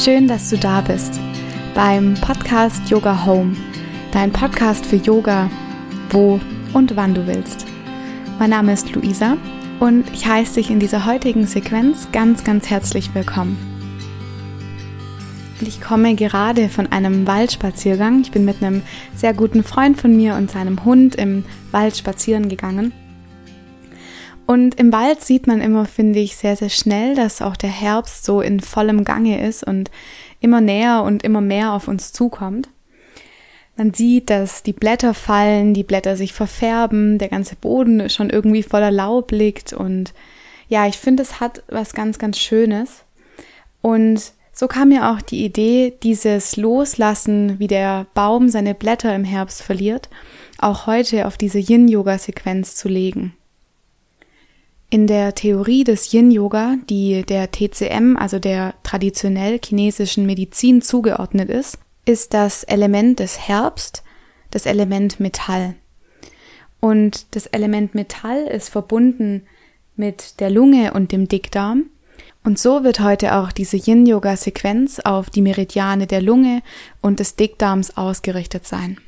Schön, dass du da bist beim Podcast Yoga Home, dein Podcast für Yoga, wo und wann du willst. Mein Name ist Luisa und ich heiße dich in dieser heutigen Sequenz ganz, ganz herzlich willkommen. Und ich komme gerade von einem Waldspaziergang. Ich bin mit einem sehr guten Freund von mir und seinem Hund im Wald spazieren gegangen. Und im Wald sieht man immer, finde ich, sehr, sehr schnell, dass auch der Herbst so in vollem Gange ist und immer näher und immer mehr auf uns zukommt. Man sieht, dass die Blätter fallen, die Blätter sich verfärben, der ganze Boden schon irgendwie voller Laub liegt. Und ja, ich finde, es hat was ganz, ganz Schönes. Und so kam mir auch die Idee, dieses Loslassen, wie der Baum seine Blätter im Herbst verliert, auch heute auf diese Yin-Yoga-Sequenz zu legen. In der Theorie des Yin-Yoga, die der TCM, also der traditionell chinesischen Medizin zugeordnet ist das Element des Herbst das Element Metall. Und das Element Metall ist verbunden mit der Lunge und dem Dickdarm. Und so wird heute auch diese Yin-Yoga-Sequenz auf die Meridiane der Lunge und des Dickdarms ausgerichtet sein.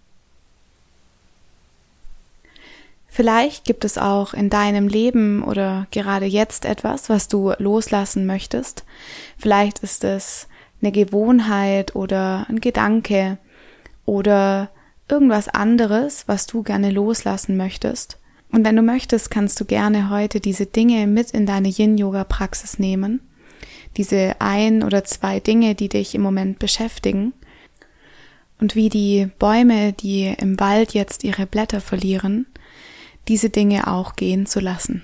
Vielleicht gibt es auch in deinem Leben oder gerade jetzt etwas, was du loslassen möchtest. Vielleicht ist es eine Gewohnheit oder ein Gedanke oder irgendwas anderes, was du gerne loslassen möchtest. Und wenn du möchtest, kannst du gerne heute diese Dinge mit in deine Yin-Yoga-Praxis nehmen. Diese 1 oder 2 Dinge, die dich im Moment beschäftigen. Und wie die Bäume, die im Wald jetzt ihre Blätter verlieren, diese Dinge auch gehen zu lassen.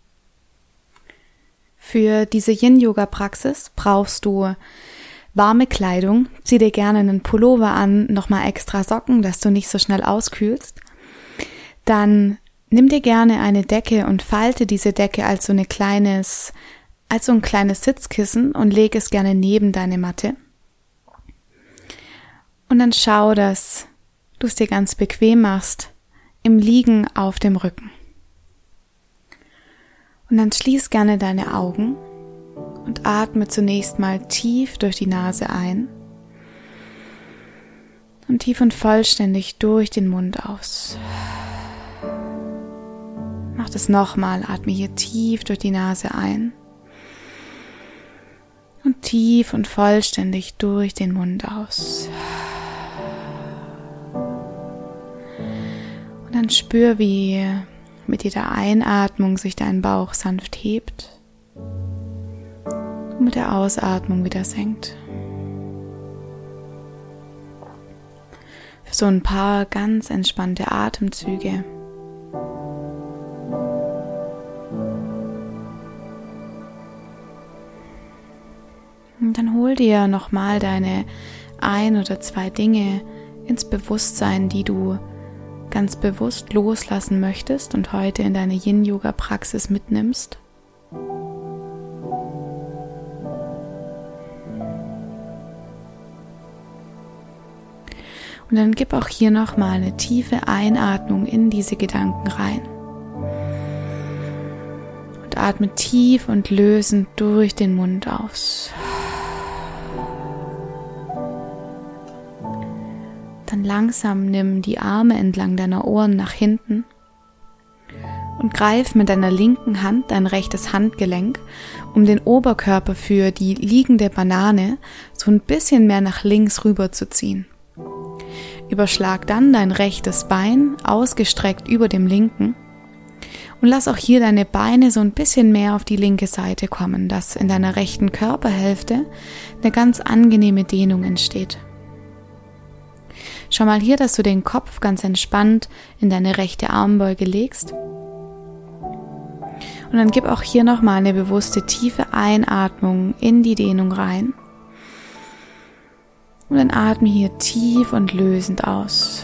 Für diese Yin-Yoga-Praxis brauchst du warme Kleidung. Zieh dir gerne einen Pullover an, nochmal extra Socken, dass du nicht so schnell auskühlst. Dann nimm dir gerne eine Decke und falte diese Decke als so ein kleines Sitzkissen und leg es gerne neben deine Matte. Und dann schau, dass du es dir ganz bequem machst, im Liegen auf dem Rücken. Und dann schließ gerne deine Augen und atme zunächst mal tief durch die Nase ein und tief und vollständig durch den Mund aus. Mach das nochmal, atme hier tief durch die Nase ein und tief und vollständig durch den Mund aus. Und dann spür, wie mit jeder Einatmung sich dein Bauch sanft hebt und mit der Ausatmung wieder senkt. Für so ein paar ganz entspannte Atemzüge. Und dann hol dir nochmal deine 1 oder 2 Dinge ins Bewusstsein, die du ganz bewusst loslassen möchtest und heute in deine Yin-Yoga-Praxis mitnimmst. Und dann gib auch hier nochmal eine tiefe Einatmung in diese Gedanken rein. Und atme tief und lösend durch den Mund aus. Dann langsam nimm die Arme entlang deiner Ohren nach hinten und greif mit deiner linken Hand dein rechtes Handgelenk, um den Oberkörper für die liegende Banane so ein bisschen mehr nach links rüber zu ziehen. Überschlag dann dein rechtes Bein ausgestreckt über dem linken und lass auch hier deine Beine so ein bisschen mehr auf die linke Seite kommen, dass in deiner rechten Körperhälfte eine ganz angenehme Dehnung entsteht. Schau mal hier, dass du den Kopf ganz entspannt in deine rechte Armbeuge legst. Und dann gib auch hier nochmal eine bewusste tiefe Einatmung in die Dehnung rein. Und dann atme hier tief und lösend aus.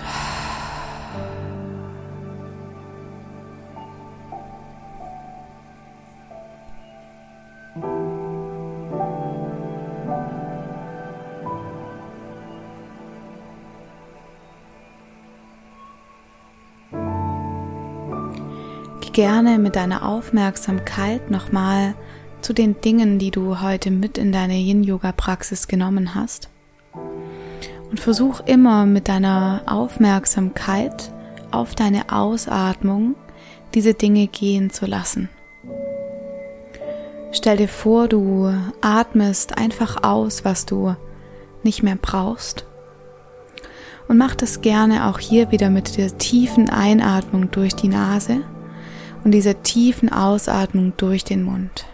gerne mit deiner Aufmerksamkeit nochmal zu den Dingen, die du heute mit in deine Yin-Yoga-Praxis genommen hast. Und versuch immer mit deiner Aufmerksamkeit auf deine Ausatmung diese Dinge gehen zu lassen. Stell dir vor, du atmest einfach aus, was du nicht mehr brauchst. Und mach das gerne auch hier wieder mit der tiefen Einatmung durch die Nase und dieser tiefen Ausatmung durch den Mund.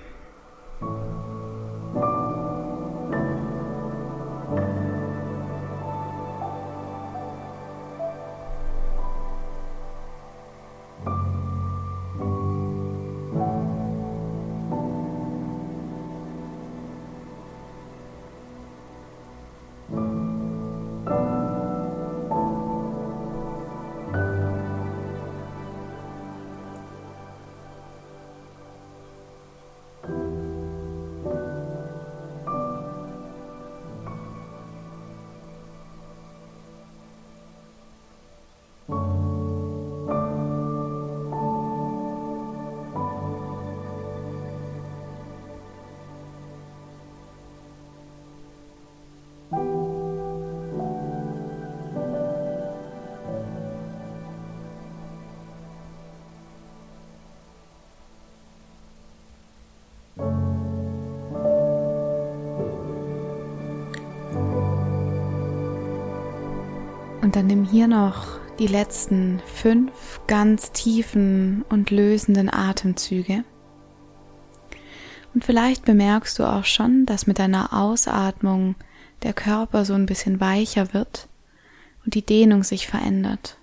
Und dann nimm hier noch die letzten 5 ganz tiefen und lösenden Atemzüge. Und vielleicht bemerkst du auch schon, dass mit deiner Ausatmung der Körper so ein bisschen weicher wird und die Dehnung sich verändert.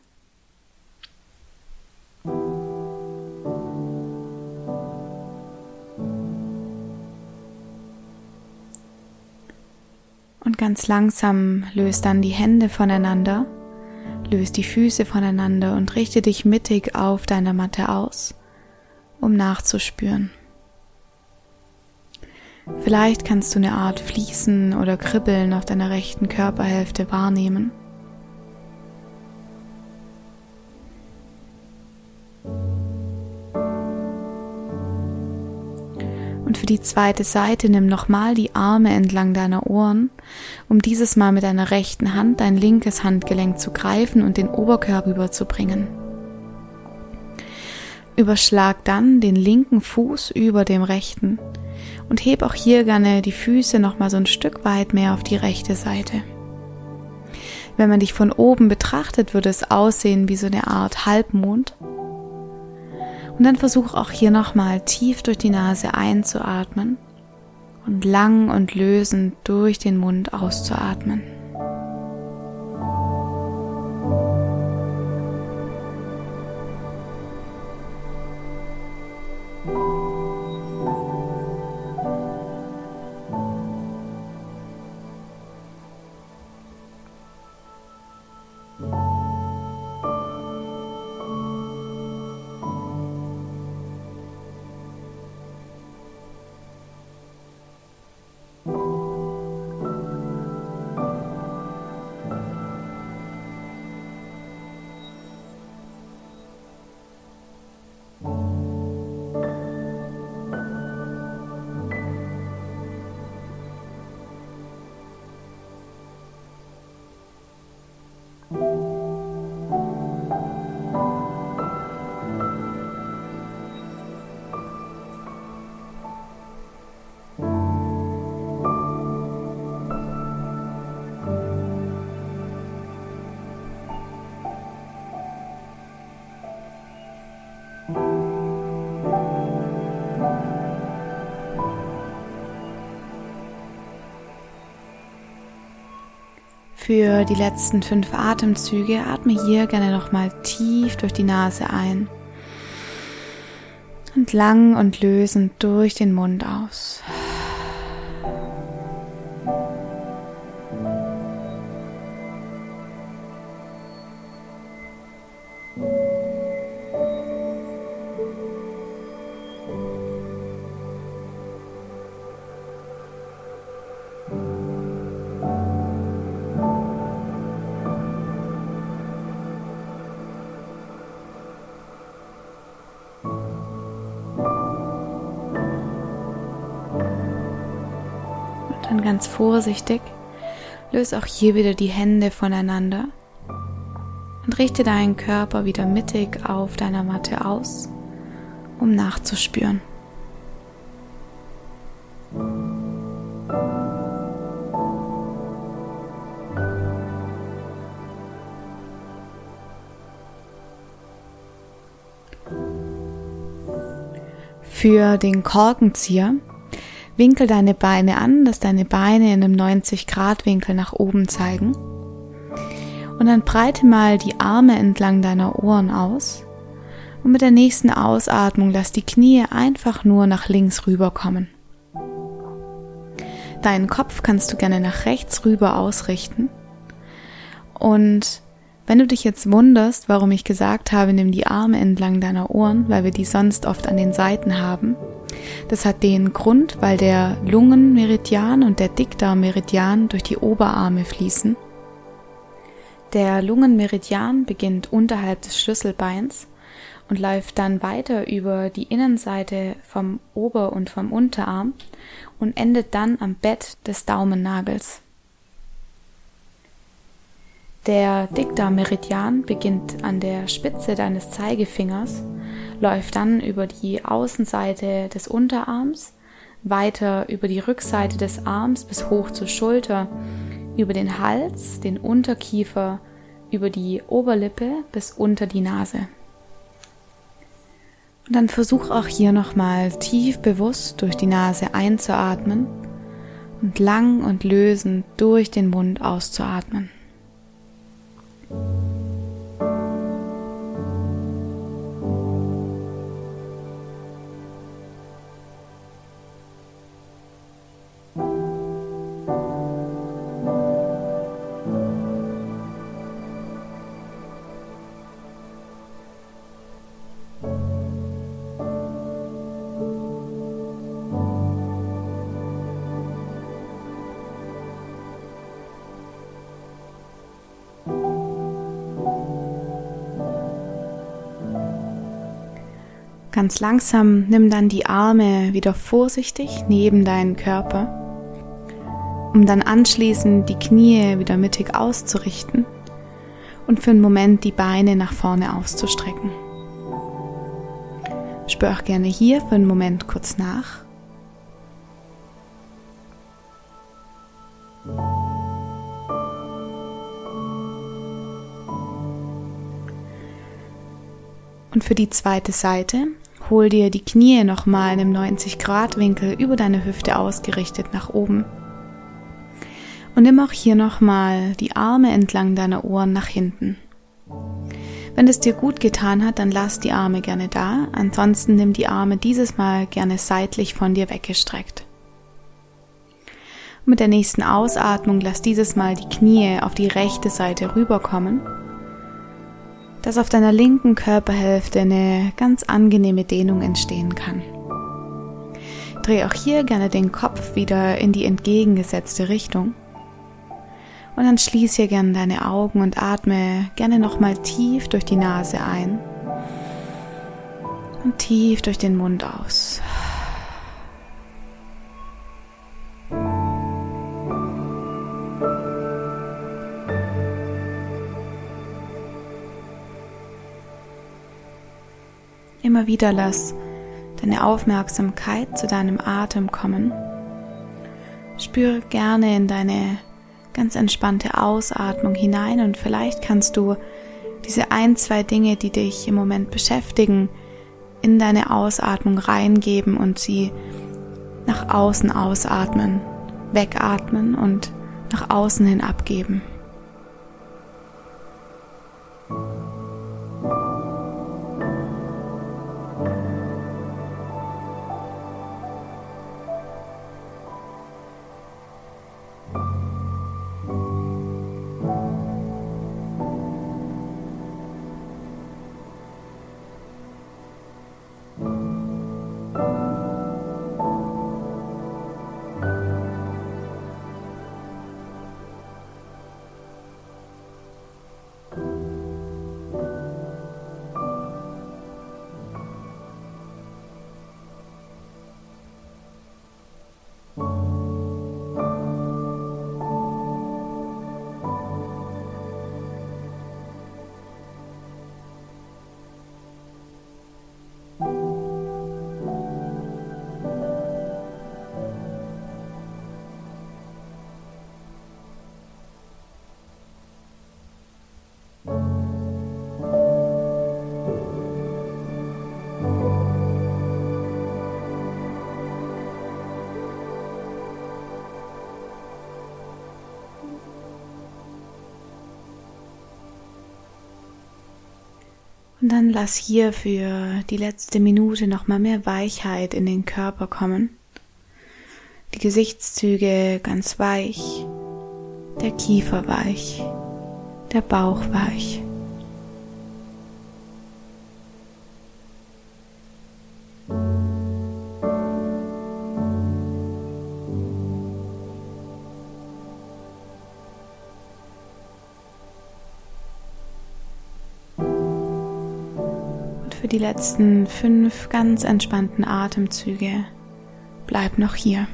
Und ganz langsam löst dann die Hände voneinander, löst die Füße voneinander und richte dich mittig auf deiner Matte aus, um nachzuspüren. Vielleicht kannst du eine Art Fließen oder Kribbeln auf deiner rechten Körperhälfte wahrnehmen. Und für die zweite Seite nimm nochmal die Arme entlang deiner Ohren, um dieses Mal mit deiner rechten Hand dein linkes Handgelenk zu greifen und den Oberkörper rüberzubringen. Überschlag dann den linken Fuß über dem rechten und heb auch hier gerne die Füße nochmal so ein Stück weit mehr auf die rechte Seite. Wenn man dich von oben betrachtet, würde es aussehen wie so eine Art Halbmond. Und dann versuch auch hier nochmal tief durch die Nase einzuatmen und lang und lösend durch den Mund auszuatmen. Für die letzten 5 Atemzüge atme hier gerne nochmal tief durch die Nase ein und lang und lösend durch den Mund aus. Dann ganz vorsichtig löse auch hier wieder die Hände voneinander und richte deinen Körper wieder mittig auf deiner Matte aus, um nachzuspüren. Für den Korkenzieher winkel deine Beine an, dass deine Beine in einem 90-Grad-Winkel nach oben zeigen. Und dann breite mal die Arme entlang deiner Ohren aus. Und mit der nächsten Ausatmung lass die Knie einfach nur nach links rüberkommen. Deinen Kopf kannst du gerne nach rechts rüber ausrichten. Und wenn du dich jetzt wunderst, warum ich gesagt habe, nimm die Arme entlang deiner Ohren, weil wir die sonst oft an den Seiten haben, das hat den Grund, weil der Lungenmeridian und der Dickdarmmeridian durch die Oberarme fließen. Der Lungenmeridian beginnt unterhalb des Schlüsselbeins und läuft dann weiter über die Innenseite vom Ober- und vom Unterarm und endet dann am Bett des Daumennagels. Der Dickdarmmeridian beginnt an der Spitze deines Zeigefingers, läuft dann über die Außenseite des Unterarms, weiter über die Rückseite des Arms bis hoch zur Schulter, über den Hals, den Unterkiefer, über die Oberlippe bis unter die Nase. Und dann versuch auch hier nochmal tief bewusst durch die Nase einzuatmen und lang und lösend durch den Mund auszuatmen. Ganz langsam nimm dann die Arme wieder vorsichtig neben deinen Körper, um dann anschließend die Knie wieder mittig auszurichten und für einen Moment die Beine nach vorne auszustrecken. Spür auch gerne hier für einen Moment kurz nach. Und für die zweite Seite hol dir die Knie nochmal in einem 90-Grad-Winkel über deine Hüfte ausgerichtet nach oben. Und nimm auch hier nochmal die Arme entlang deiner Ohren nach hinten. Wenn es dir gut getan hat, dann lass die Arme gerne da. Ansonsten nimm die Arme dieses Mal gerne seitlich von dir weggestreckt. Und mit der nächsten Ausatmung lass dieses Mal die Knie auf die rechte Seite rüberkommen, dass auf deiner linken Körperhälfte eine ganz angenehme Dehnung entstehen kann. Dreh auch hier gerne den Kopf wieder in die entgegengesetzte Richtung. Und dann schließ hier gerne deine Augen und atme gerne nochmal tief durch die Nase ein und tief durch den Mund aus. Immer wieder lass deine Aufmerksamkeit zu deinem Atem kommen. Spüre gerne in deine ganz entspannte Ausatmung hinein und vielleicht kannst du diese 1-2 Dinge, die dich im Moment beschäftigen, in deine Ausatmung reingeben und sie nach außen ausatmen, wegatmen und nach außen hin abgeben. Und dann lass hier für die letzte Minute nochmal mehr Weichheit in den Körper kommen. Die Gesichtszüge ganz weich, der Kiefer weich, der Bauch weich. Für die letzten 5 ganz entspannten Atemzüge bleib noch hier.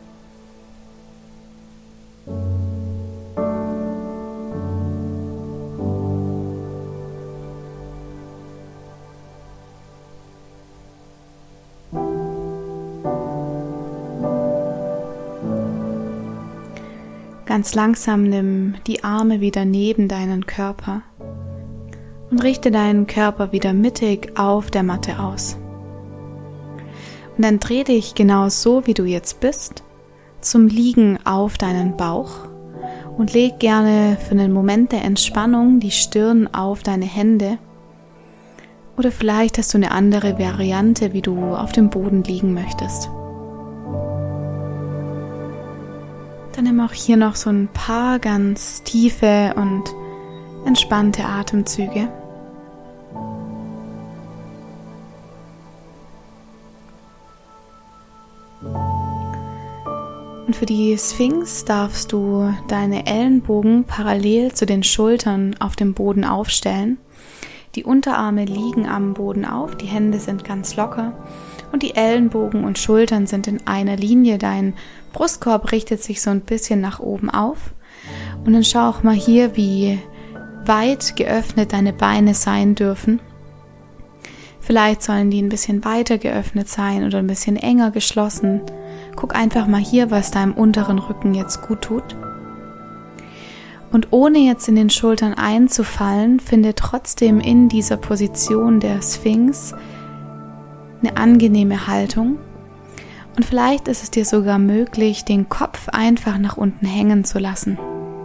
Ganz langsam nimm die Arme wieder neben deinen Körper und richte deinen Körper wieder mittig auf der Matte aus. Und dann dreh dich genau so, wie du jetzt bist, zum Liegen auf deinen Bauch und leg gerne für einen Moment der Entspannung die Stirn auf deine Hände. Oder vielleicht hast du eine andere Variante, wie du auf dem Boden liegen möchtest. Dann nimm auch hier noch so ein paar ganz tiefe und entspannte Atemzüge. Und für die Sphinx darfst du deine Ellenbogen parallel zu den Schultern auf dem Boden aufstellen. Die Unterarme liegen am Boden auf, die Hände sind ganz locker und die Ellenbogen und Schultern sind in einer Linie. Dein Brustkorb richtet sich so ein bisschen nach oben auf. Und dann schau auch mal hier, wie weit geöffnet deine Beine sein dürfen. Vielleicht sollen die ein bisschen weiter geöffnet sein oder ein bisschen enger geschlossen. Guck einfach mal hier, was deinem unteren Rücken jetzt gut tut. Und ohne jetzt in den Schultern einzufallen, finde trotzdem in dieser Position der Sphinx eine angenehme Haltung. Und vielleicht ist es dir sogar möglich, den Kopf einfach nach unten hängen zu lassen.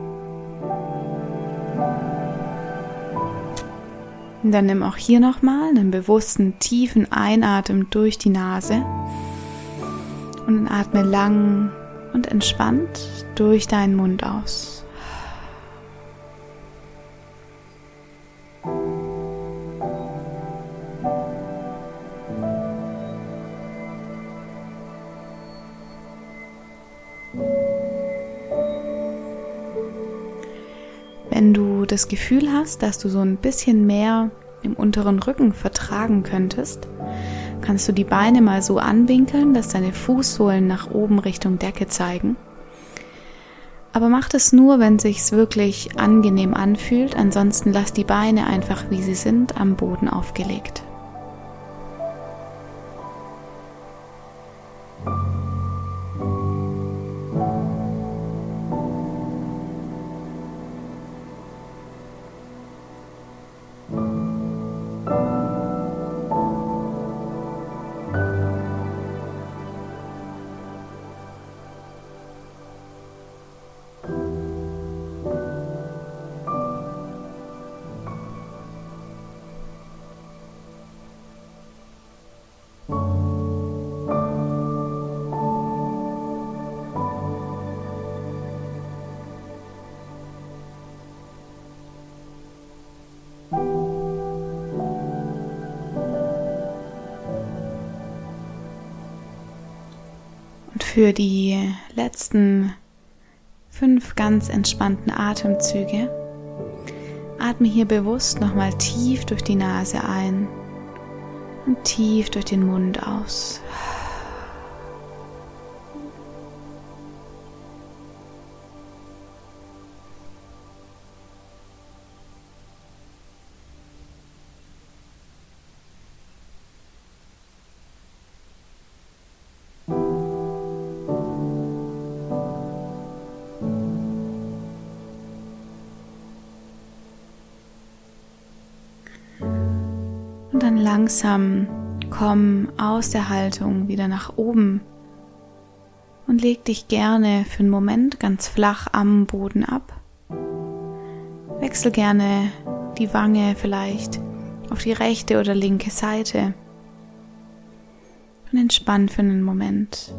Und dann nimm auch hier nochmal einen bewussten, tiefen Einatmen durch die Nase. Und dann atme lang und entspannt durch deinen Mund aus. Wenn du das Gefühl hast, dass du so ein bisschen mehr im unteren Rücken vertragen könntest, kannst du die Beine mal so anwinkeln, dass deine Fußsohlen nach oben Richtung Decke zeigen. Aber mach das nur, wenn es sich wirklich angenehm anfühlt. Ansonsten lass die Beine einfach, wie sie sind, am Boden aufgelegt. Und für die letzten 5 ganz entspannten Atemzüge atme hier bewusst nochmal tief durch die Nase ein und tief durch den Mund aus. Und dann langsam komm aus der Haltung wieder nach oben und leg dich gerne für einen Moment ganz flach am Boden ab. Wechsel gerne die Wange vielleicht auf die rechte oder linke Seite und entspann für einen Moment.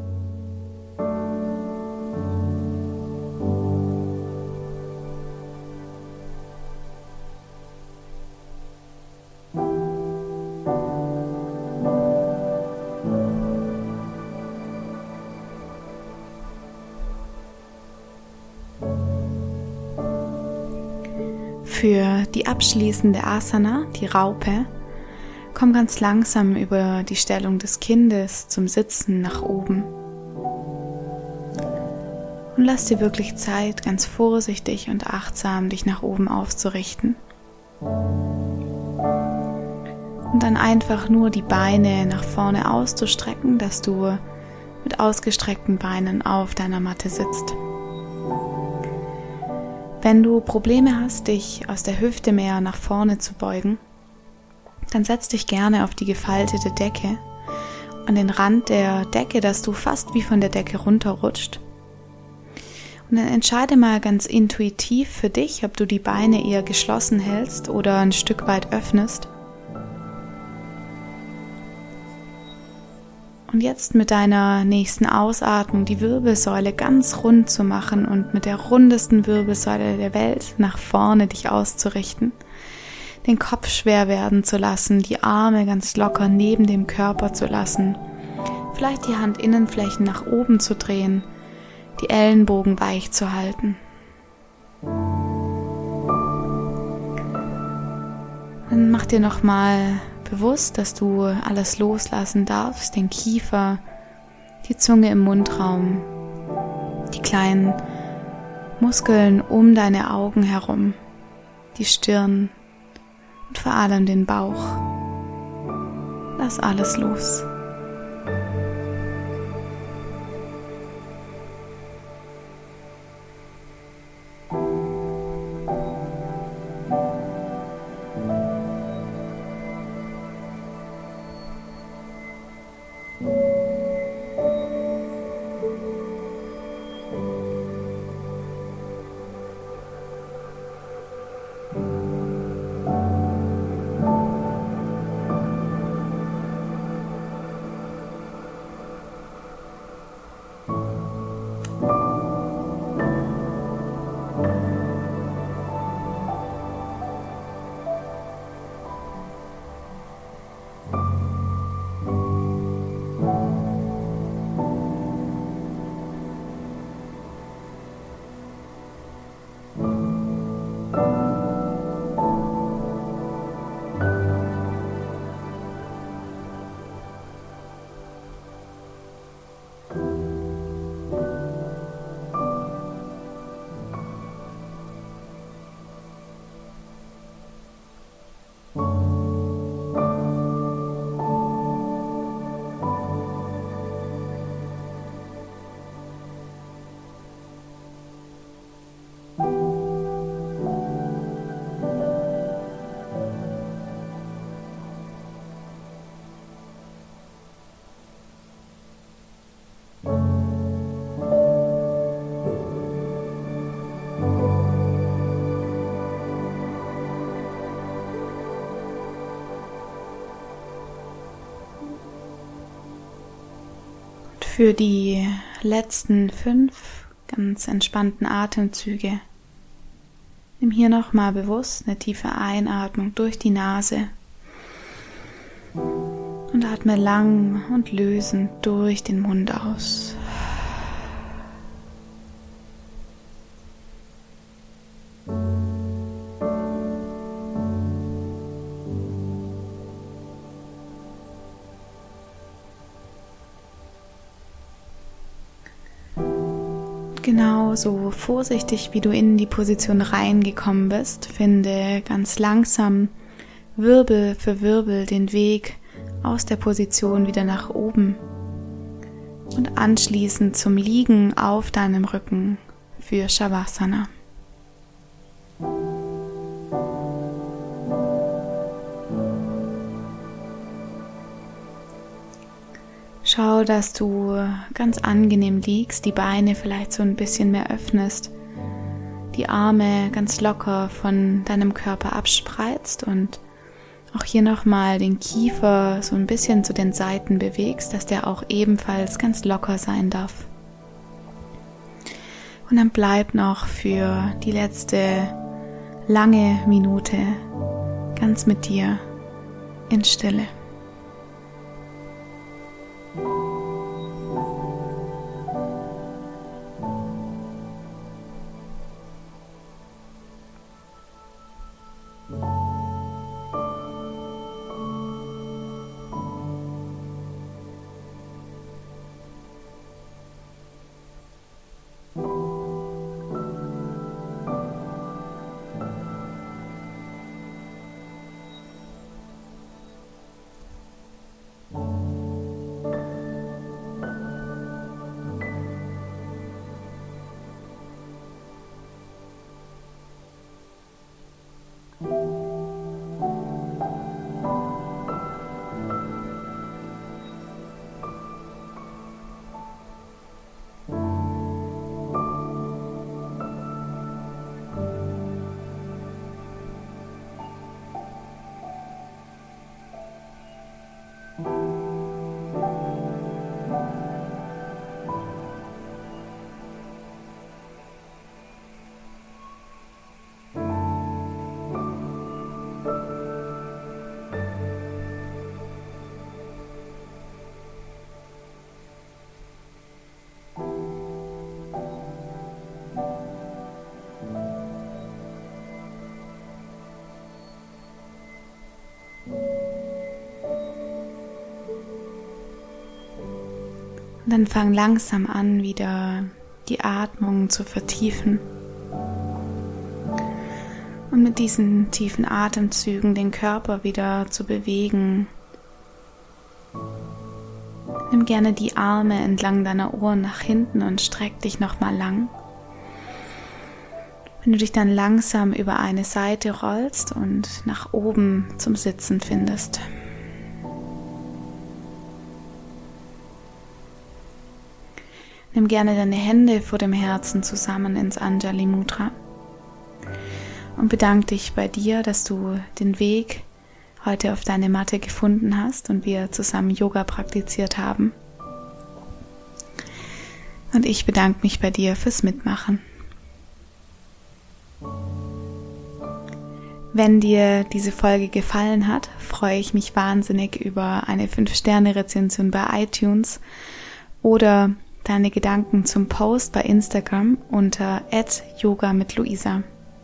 Für die abschließende Asana, die Raupe, komm ganz langsam über die Stellung des Kindes zum Sitzen nach oben. Und lass dir wirklich Zeit, ganz vorsichtig und achtsam dich nach oben aufzurichten. Und dann einfach nur die Beine nach vorne auszustrecken, dass du mit ausgestreckten Beinen auf deiner Matte sitzt. Wenn du Probleme hast, dich aus der Hüfte mehr nach vorne zu beugen, dann setz dich gerne auf die gefaltete Decke, an den Rand der Decke, dass du fast wie von der Decke runterrutscht. Und dann entscheide mal ganz intuitiv für dich, ob du die Beine eher geschlossen hältst oder ein Stück weit öffnest. Und jetzt mit deiner nächsten Ausatmung die Wirbelsäule ganz rund zu machen und mit der rundesten Wirbelsäule der Welt nach vorne dich auszurichten. Den Kopf schwer werden zu lassen, die Arme ganz locker neben dem Körper zu lassen. Vielleicht die Handinnenflächen nach oben zu drehen, die Ellenbogen weich zu halten. Dann mach dir nochmal bewusst, dass du alles loslassen darfst, den Kiefer, die Zunge im Mundraum, die kleinen Muskeln um deine Augen herum, die Stirn und vor allem den Bauch. Lass alles los. Für die letzten 5 ganz entspannten Atemzüge nimm hier nochmal bewusst eine tiefe Einatmung durch die Nase und atme lang und lösend durch den Mund aus. Genauso vorsichtig, wie du in die Position reingekommen bist, finde ganz langsam Wirbel für Wirbel den Weg aus der Position wieder nach oben und anschließend zum Liegen auf deinem Rücken für Shavasana. Schau, dass du ganz angenehm liegst, die Beine vielleicht so ein bisschen mehr öffnest, die Arme ganz locker von deinem Körper abspreizt und auch hier nochmal den Kiefer so ein bisschen zu den Seiten bewegst, dass der auch ebenfalls ganz locker sein darf. Und dann bleib noch für die letzte lange Minute ganz mit dir in Stille. Und dann fang langsam an, wieder die Atmung zu vertiefen. Und mit diesen tiefen Atemzügen den Körper wieder zu bewegen. Nimm gerne die Arme entlang deiner Ohren nach hinten und streck dich nochmal lang. Wenn du dich dann langsam über eine Seite rollst und nach oben zum Sitzen findest. Nimm gerne deine Hände vor dem Herzen zusammen ins Anjali Mudra und bedank dich bei dir, dass du den Weg heute auf deine Matte gefunden hast und wir zusammen Yoga praktiziert haben. Und ich bedanke mich bei dir fürs Mitmachen. Wenn dir diese Folge gefallen hat, freue ich mich wahnsinnig über eine 5-Sterne-Rezension bei iTunes oder deine Gedanken zum Post bei Instagram unter @yoga-mit-Luisa.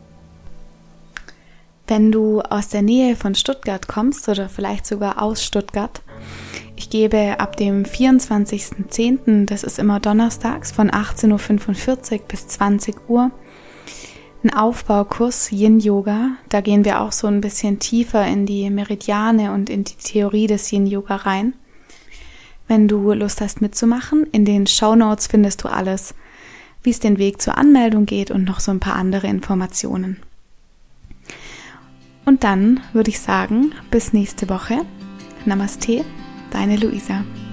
Wenn du aus der Nähe von Stuttgart kommst oder vielleicht sogar aus Stuttgart, ich gebe ab dem 24.10., das ist immer donnerstags von 18.45 Uhr bis 20 Uhr, einen Aufbaukurs Yin Yoga. Da gehen wir auch so ein bisschen tiefer in die Meridiane und in die Theorie des Yin Yoga rein. Wenn du Lust hast mitzumachen, in den Shownotes findest du alles, wie es den Weg zur Anmeldung geht und noch so ein paar andere Informationen. Und dann würde ich sagen, bis nächste Woche. Namaste, deine Luisa.